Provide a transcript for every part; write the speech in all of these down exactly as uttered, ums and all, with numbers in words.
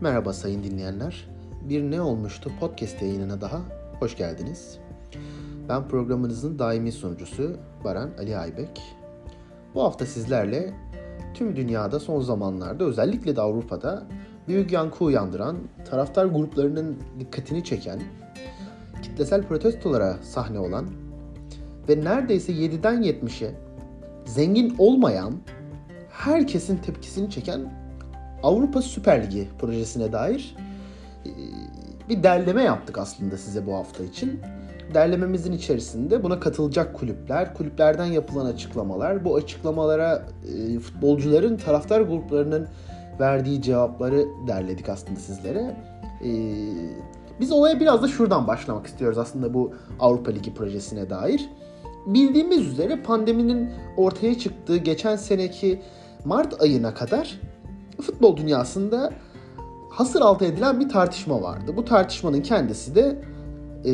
Merhaba sayın dinleyenler. Bir Ne Olmuştu podcast yayınına daha hoş geldiniz. Ben programınızın daimi sunucusu Baran Ali Aybek. Bu hafta sizlerle tüm dünyada son zamanlarda, özellikle de Avrupa'da büyük yankı uyandıran, taraftar gruplarının dikkatini çeken, kitlesel protestolara sahne olan ve neredeyse yediden yetmişe zengin olmayan, herkesin tepkisini çeken Avrupa Süper Ligi projesine dair bir derleme yaptık aslında size bu hafta için. Derlememizin içerisinde buna katılacak kulüpler, kulüplerden yapılan açıklamalar, bu açıklamalara futbolcuların, taraftar gruplarının verdiği cevapları derledik aslında sizlere. Biz olaya biraz da şuradan başlamak istiyoruz aslında bu Avrupa Ligi projesine dair. Bildiğimiz üzere pandeminin ortaya çıktığı geçen seneki Mart ayına kadar futbol dünyasında hasır altı edilen bir tartışma vardı. Bu tartışmanın kendisi de e,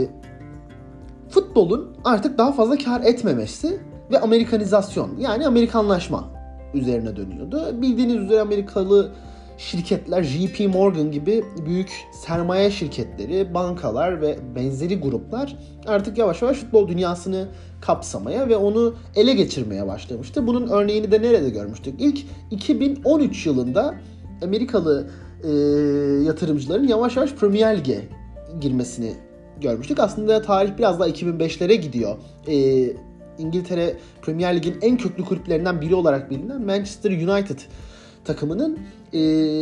futbolun artık daha fazla kar etmemesi ve Amerikanizasyon, yani Amerikanlaşma üzerine dönüyordu. Bildiğiniz üzere Amerikalı şirketler, J P Morgan gibi büyük sermaye şirketleri, bankalar ve benzeri gruplar artık yavaş yavaş futbol dünyasını kapsamaya ve onu ele geçirmeye başlamıştı. Bunun örneğini de nerede görmüştük? İlk iki bin on üç yılında Amerikalı e, yatırımcıların yavaş yavaş Premier Lig'e girmesini görmüştük. Aslında tarih biraz daha iki bin beşlere gidiyor. E, İngiltere Premier Lig'in en köklü kulüplerinden biri olarak bilinen Manchester United takımının e,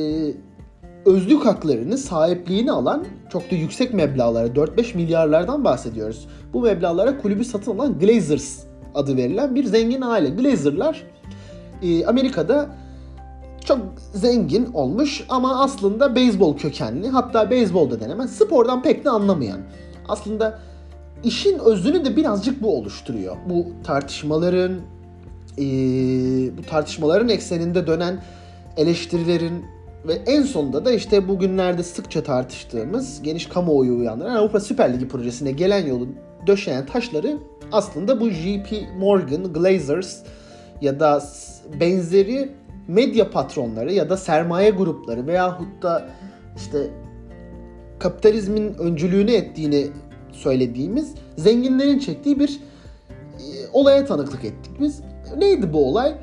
özlük haklarını, sahipliğini alan, çok da yüksek meblağlara, dört beş milyarlardan bahsediyoruz. Bu meblağlara kulübü satın alan Glazers adı verilen bir zengin aile. Glazer'lar e, Amerika'da çok zengin olmuş ama aslında beyzbol kökenli, hatta beyzbol da denemez, spordan pek de anlamayan. Aslında işin özünü de birazcık bu oluşturuyor. Bu tartışmaların, e, bu tartışmaların ekseninde dönen eleştirilerin ve en sonunda da işte bugünlerde sıkça tartıştığımız, geniş kamuoyu uyandıran Avrupa Süper Ligi projesine gelen yolun döşeyen taşları aslında bu J P Morgan, Glazers ya da benzeri medya patronları ya da sermaye grupları veyahut da işte kapitalizmin öncülüğünü ettiğini söylediğimiz zenginlerin çektiği bir e, olaya tanıklık ettik biz. Neydi bu olay?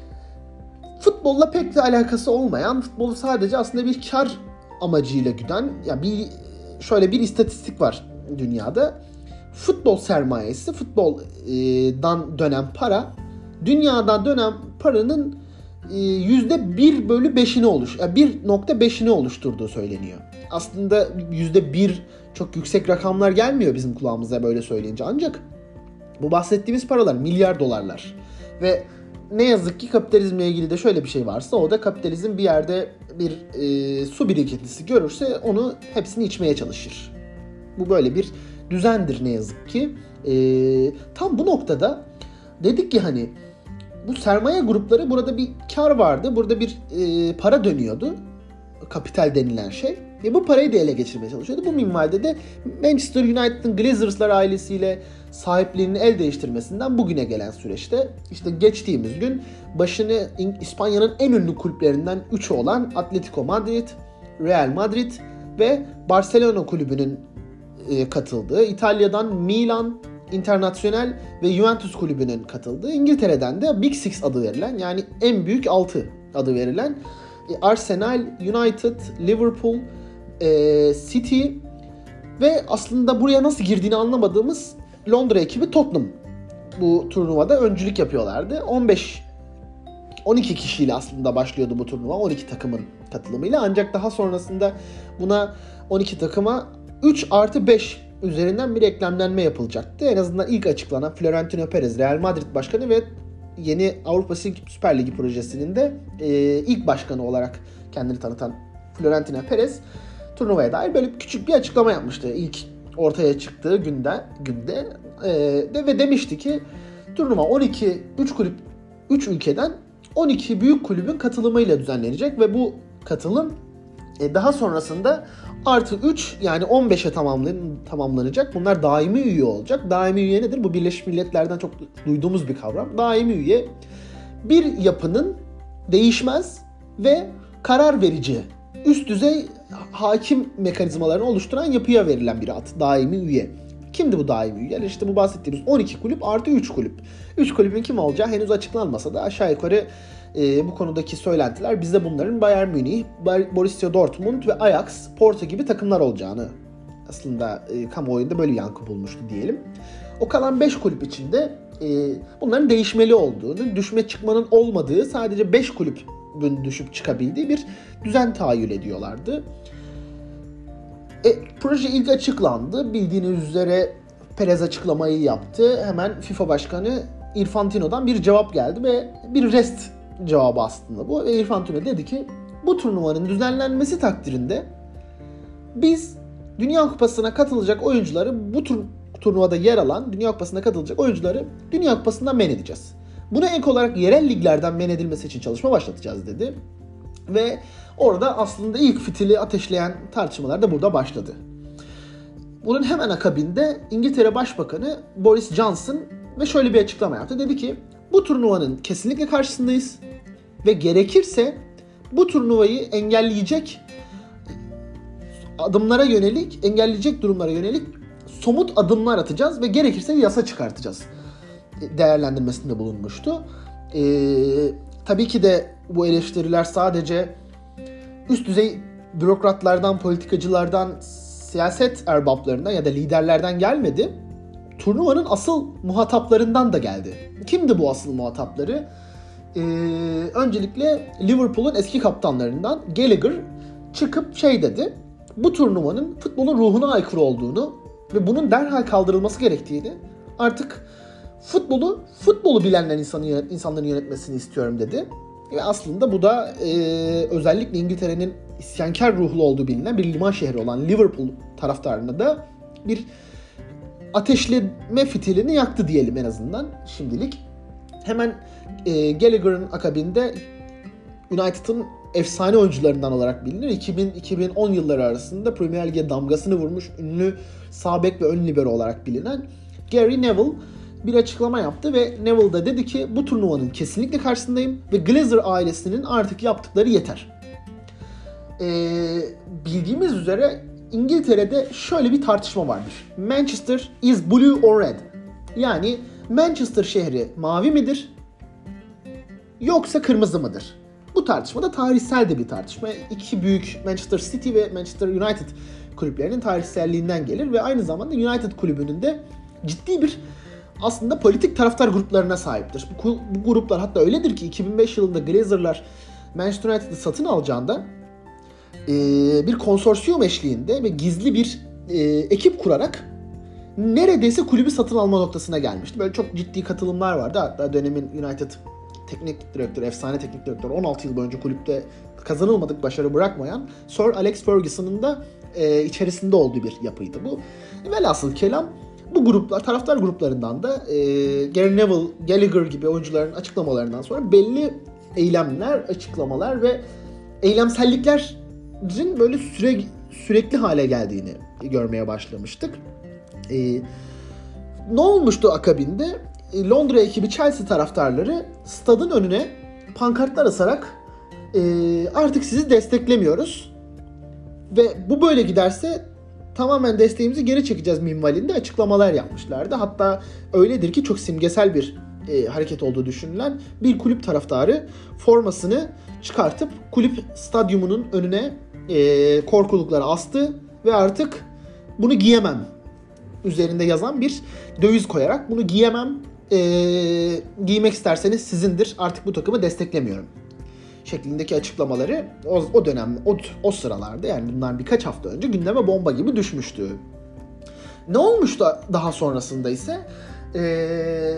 Futbolla pek de alakası olmayan, futbolu sadece aslında bir kar amacıyla güden, yani bir şöyle bir istatistik var dünyada. Futbol sermayesi, futboldan dönen para, dünyadan dönen paranın yüzde bir bölü beşini oluş, yani bir nokta beşini oluşturduğu söyleniyor. Aslında yüzde bir çok yüksek rakamlar gelmiyor bizim kulağımıza böyle söyleyince, ancak bu bahsettiğimiz paralar milyar dolarlar ve ne yazık ki kapitalizmle ilgili de şöyle bir şey varsa, o da kapitalizm bir yerde bir e, su birikintisi görürse onu hepsini içmeye çalışır. Bu böyle bir düzendir ne yazık ki. E, tam bu noktada dedik ki hani bu sermaye grupları, burada bir kar vardı, burada bir e, para dönüyordu. Kapital denilen şey. Ve bu parayı da ele geçirmeye çalışıyordu. Bu minvalde de Manchester United'ın Glazers'lar ailesiyle sahipliğinin el değiştirmesinden bugüne gelen süreçte işte geçtiğimiz gün başını İspanya'nın en ünlü kulüplerinden üçü olan Atletico Madrid, Real Madrid ve Barcelona kulübünün e, katıldığı, İtalya'dan Milan, Internazionale ve Juventus kulübünün katıldığı, İngiltere'den de Big Six adı verilen, yani en büyük altı adı verilen Arsenal, United, Liverpool, e, City ve aslında buraya nasıl girdiğini anlamadığımız Londra ekibi Tottenham bu turnuvada öncülük yapıyorlardı. on beş on iki kişiyle aslında başlıyordu bu turnuva, on iki takımın katılımıyla, ancak daha sonrasında buna on iki takıma üç artı beş üzerinden bir eklemlenme yapılacaktı. En azından ilk açıklanan Florentino Perez, Real Madrid başkanı ve yeni Avrupa Süper Ligi projesinin de e, ilk başkanı olarak kendini tanıtan Florentino Perez turnuvaya dair böyle küçük bir açıklama yapmıştı ilk ortaya çıktığı günde günde e, de ve demişti ki turnuva on iki üç kulüp üç ülkeden on iki büyük kulübün katılımıyla düzenlenecek ve bu katılım e, daha sonrasında artı üç, yani on beşe tamamlan, tamamlanacak. Bunlar daimi üye olacak. Daimi üye nedir? Bu Birleşmiş Milletler'den çok duyduğumuz bir kavram. Daimi üye bir yapının değişmez ve karar verici üst düzey hakim mekanizmalarını oluşturan yapıya verilen bir ad. Daimi üye. Kimdi bu daimi üyeler? İşte bu bahsettiğimiz on iki kulüp artı üç kulüp. üç kulübün kim olacağı henüz açıklanmasa da aşağı yukarı e, bu konudaki söylentiler bizde bunların Bayern Münih, Borussia Dortmund ve Ajax, Porto gibi takımlar olacağını aslında e, kamuoyunda böyle yankı bulmuştu diyelim. O kalan beş kulüp içinde e, bunların değişmeli olduğunu, düşme çıkmanın olmadığı, sadece beş kulübün düşüp çıkabildiği bir düzen tahayyül ediyorlardı. E, proje ilk açıklandı. Bildiğiniz üzere Perez açıklamayı yaptı. Hemen FIFA Başkanı Infantino'dan bir cevap geldi ve bir rest cevabı aslında bu. Ve Infantino dedi ki bu turnuvanın düzenlenmesi takdirinde biz Dünya Kupası'na katılacak oyuncuları, bu tur turnuvada yer alan Dünya Kupası'na katılacak oyuncuları Dünya Kupası'ndan men edeceğiz. Buna ek olarak yerel liglerden men edilmesi için çalışma başlatacağız dedi. Ve orada aslında ilk fitili ateşleyen tartışmalar da burada başladı. Bunun hemen akabinde İngiltere Başbakanı Boris Johnson ve şöyle bir açıklama yaptı. Dedi ki bu turnuvanın kesinlikle karşısındayız ve gerekirse bu turnuvayı engelleyecek adımlara yönelik, engelleyecek durumlara yönelik somut adımlar atacağız ve gerekirse yasa çıkartacağız değerlendirmesinde bulunmuştu. Ee, tabii ki de bu eleştiriler sadece üst düzey bürokratlardan, politikacılardan, siyaset erbaplarından ya da liderlerden gelmedi. Turnuvanın asıl muhataplarından da geldi. Kimdi bu asıl muhatapları? Ee, öncelikle Liverpool'un eski kaptanlarından Gallagher çıkıp şey dedi. Bu turnuvanın futbolun ruhuna aykırı olduğunu ve bunun derhal kaldırılması gerektiğini, artık futbolu futbolu bilenler insanı, insanların yönetmesini istiyorum dedi. Ve aslında bu da e, özellikle İngiltere'nin isyankar ruhlu olduğu bilinen bir liman şehri olan Liverpool taraftarına da bir ateşleme fitilini yaktı diyelim en azından şimdilik. Hemen e, Gallagher'ın akabinde United'ın efsane oyuncularından olarak bilinir. iki bin iki bin on yılları arasında Premier Lig'e damgasını vurmuş ünlü sağ bek ve ön libero olarak bilinen Gary Neville bir açıklama yaptı ve Neville de dedi ki bu turnuvanın kesinlikle karşısındayım ve Glazer ailesinin artık yaptıkları yeter. Ee, bildiğimiz üzere İngiltere'de şöyle bir tartışma vardır. Manchester is blue or red? Yani Manchester şehri mavi midir yoksa kırmızı mıdır? Bu tartışma da tarihsel de bir tartışma. İki büyük Manchester City ve Manchester United kulüplerinin tarihselliğinden gelir ve aynı zamanda United kulübünün de ciddi bir aslında politik taraftar gruplarına sahiptir. Bu, bu gruplar hatta öyledir ki iki bin beş yılında Glazer'lar Manchester United'ı satın alacağında e, bir konsorsiyum eşliğinde ve gizli bir e, ekip kurarak neredeyse kulübü satın alma noktasına gelmişti. Böyle çok ciddi katılımlar vardı. Hatta dönemin United teknik direktörü, efsane teknik direktörü on altı yıl boyunca kulüpte kazanılmadık başarı bırakmayan Sir Alex Ferguson'ın da e, içerisinde olduğu bir yapıydı bu. Velhasıl kelam bu gruplar, taraftar gruplarından da e, Gary Neville, Gallagher gibi oyuncuların açıklamalarından sonra belli eylemler, açıklamalar ve eylemselliklerin böyle süre, sürekli hale geldiğini görmeye başlamıştık. E, ne olmuştu akabinde? E, Londra ekibi Chelsea taraftarları stadın önüne pankartlar asarak e, artık sizi desteklemiyoruz ve bu böyle giderse tamamen desteğimizi geri çekeceğiz minvalinde açıklamalar yapmışlardı. Hatta öyledir ki çok simgesel bir e, hareket olduğu düşünülen bir kulüp taraftarı formasını çıkartıp kulüp stadyumunun önüne e, korkuluklara astı ve artık bunu giyemem üzerinde yazan bir döviz koyarak bunu giyemem, e, giymek isterseniz sizindir, artık bu takımı desteklemiyorum şeklindeki açıklamaları o, o dönem, o, o sıralarda, yani bundan birkaç hafta önce gündeme bomba gibi düşmüştü. Ne olmuştu daha sonrasında ise ee,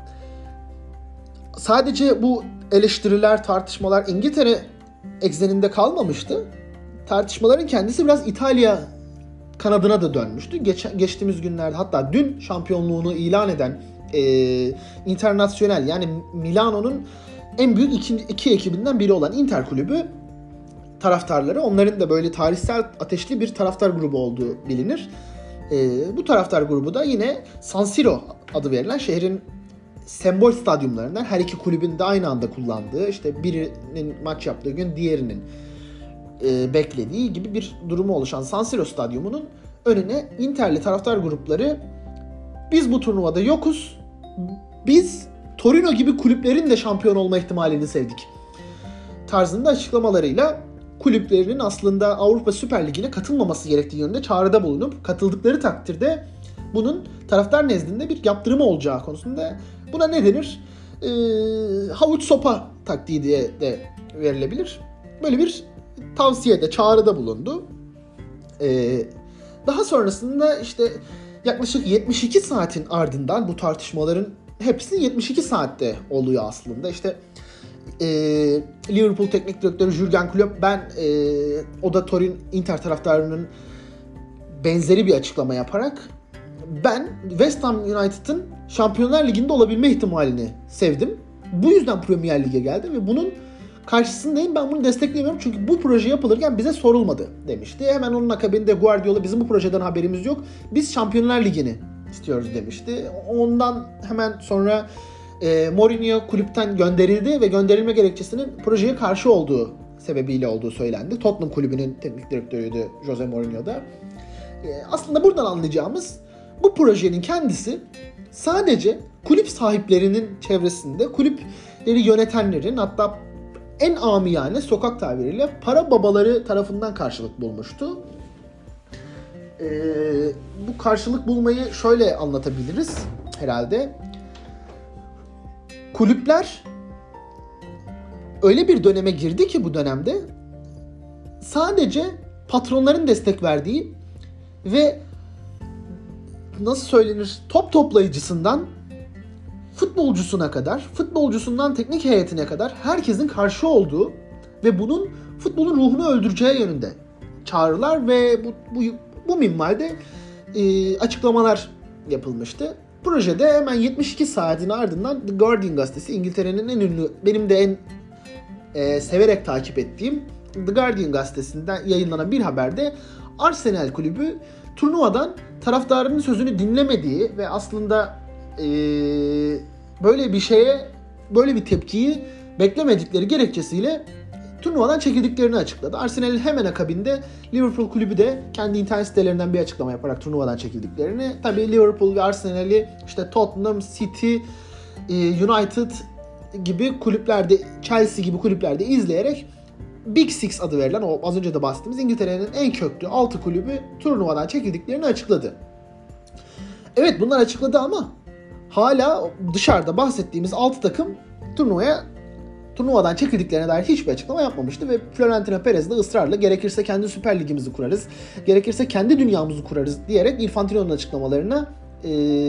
sadece bu eleştiriler, tartışmalar İngiltere ekseninde kalmamıştı. Tartışmaların kendisi biraz İtalya kanadına da dönmüştü. Geç, geçtiğimiz günlerde, hatta dün şampiyonluğunu ilan eden e, Internazionale, yani Milano'nun en büyük iki, iki ekibinden biri olan Inter kulübü taraftarları, onların da böyle tarihsel ateşli bir taraftar grubu olduğu bilinir. E, bu taraftar grubu da yine San Siro adı verilen şehrin sembol stadyumlarından, her iki kulübün de aynı anda kullandığı, işte birinin maç yaptığı gün diğerinin e, beklediği gibi bir durumu oluşan San Siro Stadyumu'nun önüne Inter'li taraftar grupları biz bu turnuvada yokuz, biz Torino gibi kulüplerin de şampiyon olma ihtimalini sevdik tarzında açıklamalarıyla kulüplerinin aslında Avrupa Süper Ligi'ne katılmaması gerektiği yönünde çağrıda bulunup katıldıkları takdirde bunun taraftar nezdinde bir yaptırımı olacağı konusunda buna ne denir? Ee, havuç sopa taktiği diye de verilebilir. Böyle bir tavsiyede, çağrıda bulundu. Ee, daha sonrasında işte yaklaşık yetmiş iki saatin ardından bu tartışmaların hepsi yetmiş iki saatte oluyor aslında. İşte e, Liverpool Teknik Direktörü Jürgen Klopp, ben e, o da Torin Inter taraftarının benzeri bir açıklama yaparak ben West Ham United'ın Şampiyonlar Ligi'nde olabilme ihtimalini sevdim. Bu yüzden Premier Lig'e geldim ve bunun karşısındayım. Ben bunu desteklemiyorum çünkü bu proje yapılırken bize sorulmadı demişti. Hemen onun akabinde Guardiola bizim bu projeden haberimiz yok, biz Şampiyonlar Ligi'ni istiyoruz demişti. Ondan hemen sonra e, Mourinho kulüpten gönderildi ve gönderilme gerekçesinin projeye karşı olduğu sebebiyle olduğu söylendi. Tottenham kulübünün teknik direktörüydü Jose Mourinho da. E, aslında buradan anlayacağımız bu projenin kendisi sadece kulüp sahiplerinin çevresinde, kulüpleri yönetenlerin, hatta en amiyane sokak tabiriyle para babaları tarafından karşılık bulmuştu. Ee, bu karşılık bulmayı şöyle anlatabiliriz herhalde. Kulüpler öyle bir döneme girdi ki bu dönemde sadece patronların destek verdiği ve nasıl söylenir, top toplayıcısından futbolcusuna kadar, futbolcusundan teknik heyetine kadar herkesin karşı olduğu ve bunun futbolun ruhunu öldüreceği yönünde çağrılar ve bu, bu, bu minvalde e, açıklamalar yapılmıştı. Projede hemen yetmiş iki saatin ardından The Guardian gazetesi, İngiltere'nin en ünlü, benim de en e, severek takip ettiğim The Guardian gazetesinden yayınlanan bir haberde Arsenal kulübü turnuvadan taraftarının sözünü dinlemediği ve aslında e, böyle bir şeye, böyle bir tepkiyi beklemedikleri gerekçesiyle turnuvadan çekildiklerini açıkladı. Arsenal'in hemen akabinde Liverpool kulübü de kendi internet sitelerinden bir açıklama yaparak turnuvadan çekildiklerini, tabii Liverpool ve Arsenal'i işte Tottenham, City, United gibi kulüplerde, Chelsea gibi kulüplerde izleyerek Big Six adı verilen, o az önce de bahsettiğimiz İngiltere'nin en köklü altı kulübü turnuvadan çekildiklerini açıkladı. Evet, bunlar açıkladı ama hala dışarıda bahsettiğimiz altı takım turnuvaya turnuvadan çekildiklerine dair hiçbir açıklama yapmamıştı ve Florentino Perez de ısrarla gerekirse kendi Süper Ligimizi kurarız, gerekirse kendi dünyamızı kurarız diyerek Infantino'nun açıklamalarına e,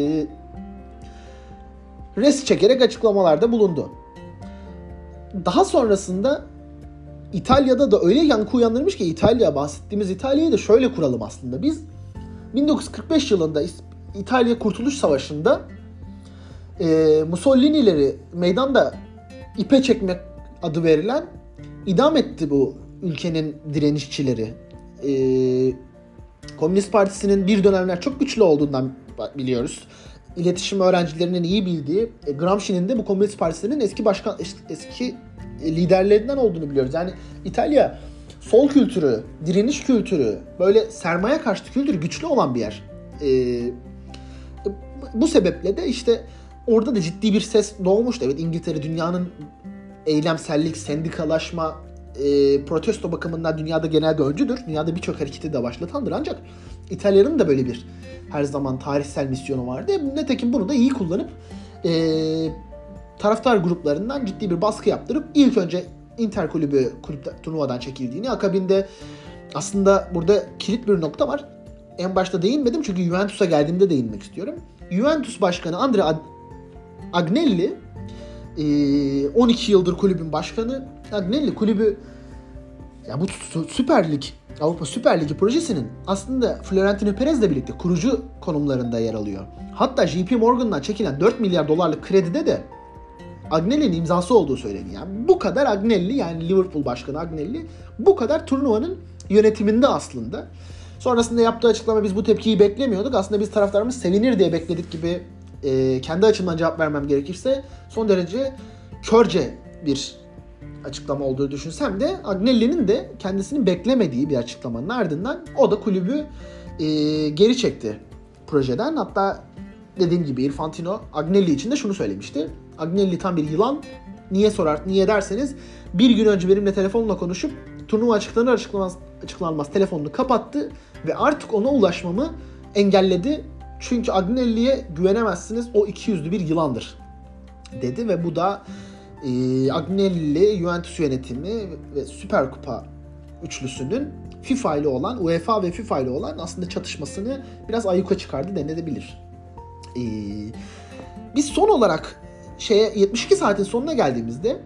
res çekerek açıklamalarda bulundu. Daha sonrasında İtalya'da da öyle yankı uyandırmış ki, İtalya, bahsettiğimiz İtalya'yı da şöyle kuralım aslında. Biz bin dokuz yüz kırk beş yılında İtalya Kurtuluş Savaşı'nda e, Mussolini'leri meydanda ipe çekmek adı verilen idam etti bu ülkenin direnişçileri. E, Komünist Partisi'nin bir dönemler çok güçlü olduğundan biliyoruz. İletişim öğrencilerinin iyi bildiği e, Gramsci'nin de bu Komünist Partisi'nin eski başkan eski liderlerinden olduğunu biliyoruz. Yani İtalya sol kültürü, direniş kültürü, böyle sermaye karşıtı kültürü güçlü olan bir yer. Ee, bu sebeple de işte orada da ciddi bir ses doğmuştu. Evet, İngiltere dünyanın eylemsellik, sendikalaşma, e, protesto bakımından dünyada genelde öncüdür. Dünyada birçok hareketi de başlatandır, ancak İtalya'nın da böyle bir her zaman tarihsel misyonu vardı. Nitekim bunu da iyi kullanıp e, taraftar gruplarından ciddi bir baskı yaptırıp ilk önce Inter kulübü kulüp turnuvadan çekildiğini, akabinde aslında burada kilit bir nokta var. En başta değinmedim çünkü Juventus'a geldiğimde değinmek istiyorum. Juventus Başkanı Andrea Agnelli, on iki yıldır kulübün başkanı. Agnelli kulübü, ya bu Süper Lig, Avrupa Süper Ligi projesinin aslında Florentino Perez'le birlikte kurucu konumlarında yer alıyor. Hatta J P Morgan'dan çekilen dört milyar dolarlık kredide de Agnelli'nin imzası olduğu söyleniyor. Yani bu kadar Agnelli, yani Liverpool başkanı Agnelli bu kadar turnuvanın yönetiminde aslında. Sonrasında yaptığı açıklama, biz bu tepkiyi beklemiyorduk, aslında biz taraftarımız sevinir diye bekledik gibi e, kendi açımdan cevap vermem gerekirse son derece körce bir açıklama olduğunu düşünsem de Agnelli'nin de kendisini beklemediği bir açıklamanın ardından o da kulübü e, geri çekti projeden. Hatta dediğim gibi Infantino Agnelli için de şunu söylemişti. Agnelli tam bir yılan. Niye sorar, niye derseniz bir gün önce benimle telefonla konuşup turnuva açıklanır açıklanmaz, açıklanmaz telefonunu kapattı ve artık ona ulaşmamı engelledi. Çünkü Agnelli'ye güvenemezsiniz, o iki yüzlü bir yılandır dedi ve bu da e, Agnelli, Juventus yönetimi ve Süper Kupa üçlüsünün FIFA ile olan, UEFA ve FIFA ile olan aslında çatışmasını biraz ayyuka çıkardı denilebilir. E, biz son olarak şeye yetmiş iki saatin sonuna geldiğimizde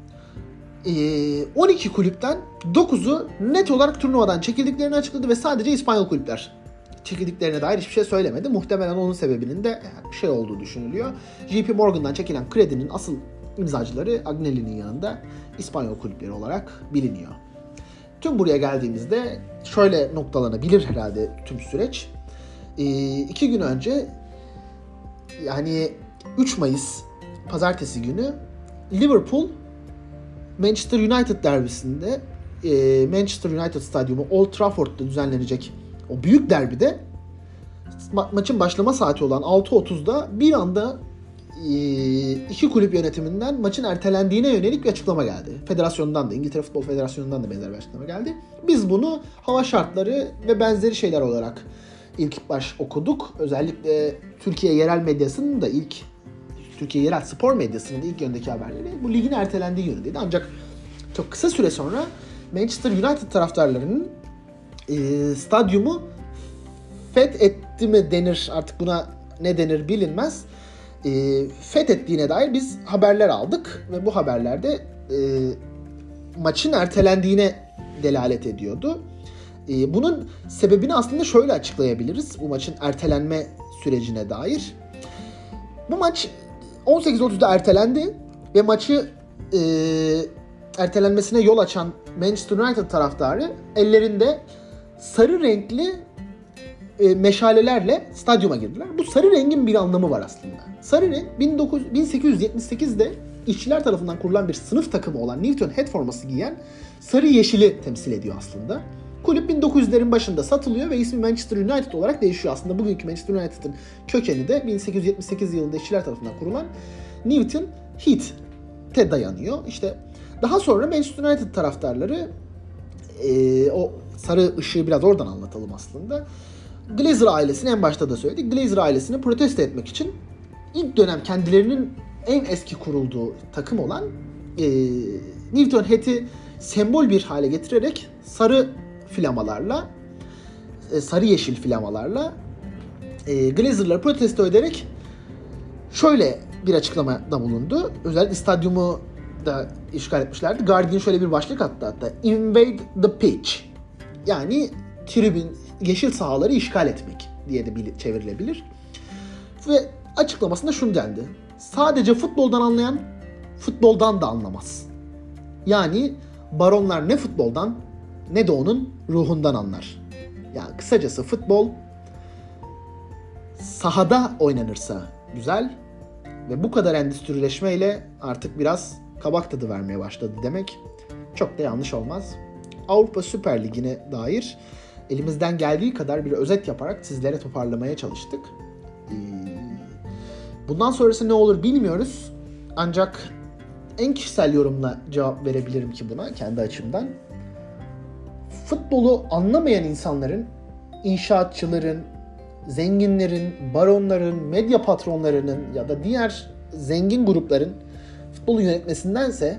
on iki kulüpten dokuzu net olarak turnuvadan çekildiklerini açıkladı ve sadece İspanyol kulüpler çekildiklerine dair hiçbir şey söylemedi. Muhtemelen onun sebebinin de şey olduğu düşünülüyor. J P Morgan'dan çekilen kredinin asıl imzacıları Agnelli'nin yanında İspanyol kulüpleri olarak biliniyor. Tüm buraya geldiğimizde şöyle noktalanabilir herhalde tüm süreç. İki gün önce, yani üç Mayıs Pazartesi günü Liverpool Manchester United derbisinde e, Manchester United stadyumu Old Trafford'da düzenlenecek o büyük derbide ma- maçın başlama saati olan altı otuzda bir anda e, iki kulüp yönetiminden maçın ertelendiğine yönelik bir açıklama geldi. Federasyondan da, İngiltere Futbol Federasyonu'ndan da benzer bir açıklama geldi. Biz bunu hava şartları ve benzeri şeyler olarak ilk baş okuduk. Özellikle Türkiye yerel medyasının da ilk Türkiye yerel spor medyasının da ilk yöndeki haberleri bu ligin ertelendiği yönündeydi. Ancak çok kısa süre sonra Manchester United taraftarlarının e, stadyumu fethetti mi denir, artık buna ne denir bilinmez, e, fethettiğine dair biz haberler aldık ve bu haberlerde e, maçın ertelendiğine delalet ediyordu. E, bunun sebebini aslında şöyle açıklayabiliriz bu maçın ertelenme sürecine dair. Bu maç on sekiz otuzda ertelendi ve maçı e, ertelenmesine yol açan Manchester United taraftarı ellerinde sarı renkli e, meşalelerle stadyuma girdiler. Bu sarı rengin bir anlamı var aslında. Sarı renk bin sekiz yüz yetmiş sekizde işçiler tarafından kurulan bir sınıf takımı olan Newton Head forması giyen sarı yeşili temsil ediyor aslında. Kulüp bin dokuz yüzlerin başında satılıyor ve ismi Manchester United olarak değişiyor. Aslında bugünkü Manchester United'ın kökeni de bin sekiz yüz yetmiş sekiz yılında işçiler tarafından kurulan Newton Heat'e dayanıyor. İşte daha sonra Manchester United taraftarları e, o sarı ışığı biraz oradan anlatalım aslında. Glazer ailesini en başta da söyledik. Glazer ailesini protesto etmek için ilk dönem kendilerinin en eski kurulduğu takım olan e, Newton Heat'i sembol bir hale getirerek sarı flamalarla, sarı yeşil flamalarla e, Glazer'ları protesto ederek şöyle bir açıklamada bulundu. Özellikle stadyumu da işgal etmişlerdi. Guardian şöyle bir başlık attı hatta. Invade the pitch. Yani tribün, yeşil sahaları işgal etmek diye de çevrilebilir. Ve açıklamasında şunu dendi. Sadece futboldan anlayan futboldan da anlamaz. Yani baronlar ne futboldan ne de onun ruhundan anlar. Yani kısacası futbol sahada oynanırsa güzel ve bu kadar endüstrileşmeyle artık biraz kabak tadı vermeye başladı demek çok da yanlış olmaz. Avrupa Süper Ligi'ne dair elimizden geldiği kadar bir özet yaparak sizlere toparlamaya çalıştık. Bundan sonrası ne olur bilmiyoruz. Ancak en kişisel yorumla cevap verebilirim ki buna kendi açımdan. Futbolu anlamayan insanların, inşaatçıların, zenginlerin, baronların, medya patronlarının ya da diğer zengin grupların futbolu yönetmesindense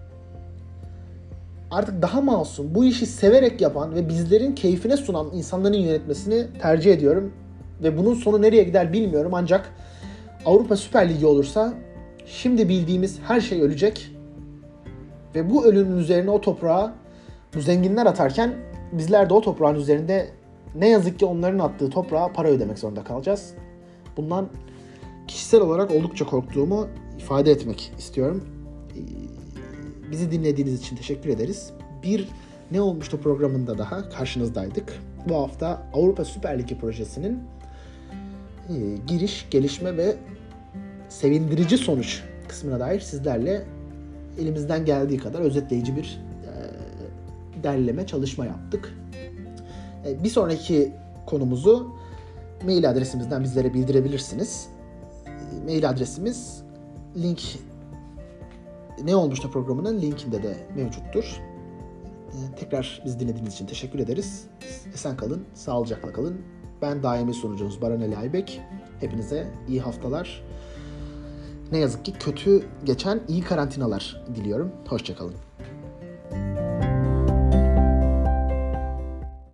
artık daha masum, bu işi severek yapan ve bizlerin keyfine sunan insanların yönetmesini tercih ediyorum. Ve bunun sonu nereye gider bilmiyorum ancak Avrupa Süper Ligi olursa şimdi bildiğimiz her şey ölecek ve bu ölünün üzerine o toprağa bu zenginler atarken bizler de o toprağın üzerinde ne yazık ki onların attığı toprağa para ödemek zorunda kalacağız. Bundan kişisel olarak oldukça korktuğumu ifade etmek istiyorum. Bizi dinlediğiniz için teşekkür ederiz. Bir Ne Olmuştu programında daha karşınızdaydık. Bu hafta Avrupa Süper Ligi projesinin e, giriş, gelişme ve sevindirici sonuç kısmına dair sizlerle elimizden geldiği kadar özetleyici bir e, derleme çalışma yaptık. E, bir sonraki konumuzu mail adresimizden bizlere bildirebilirsiniz. E, mail adresimiz link Ne Olmuş Da programının linkinde de mevcuttur. E, tekrar bizi dinlediğiniz için teşekkür ederiz. Esen kalın, sağlıcakla kalın. Ben daimi sunucunuz Baran Ali Aybek. Hepinize iyi haftalar. Ne yazık ki kötü geçen iyi karantinalar diliyorum. Hoşça kalın.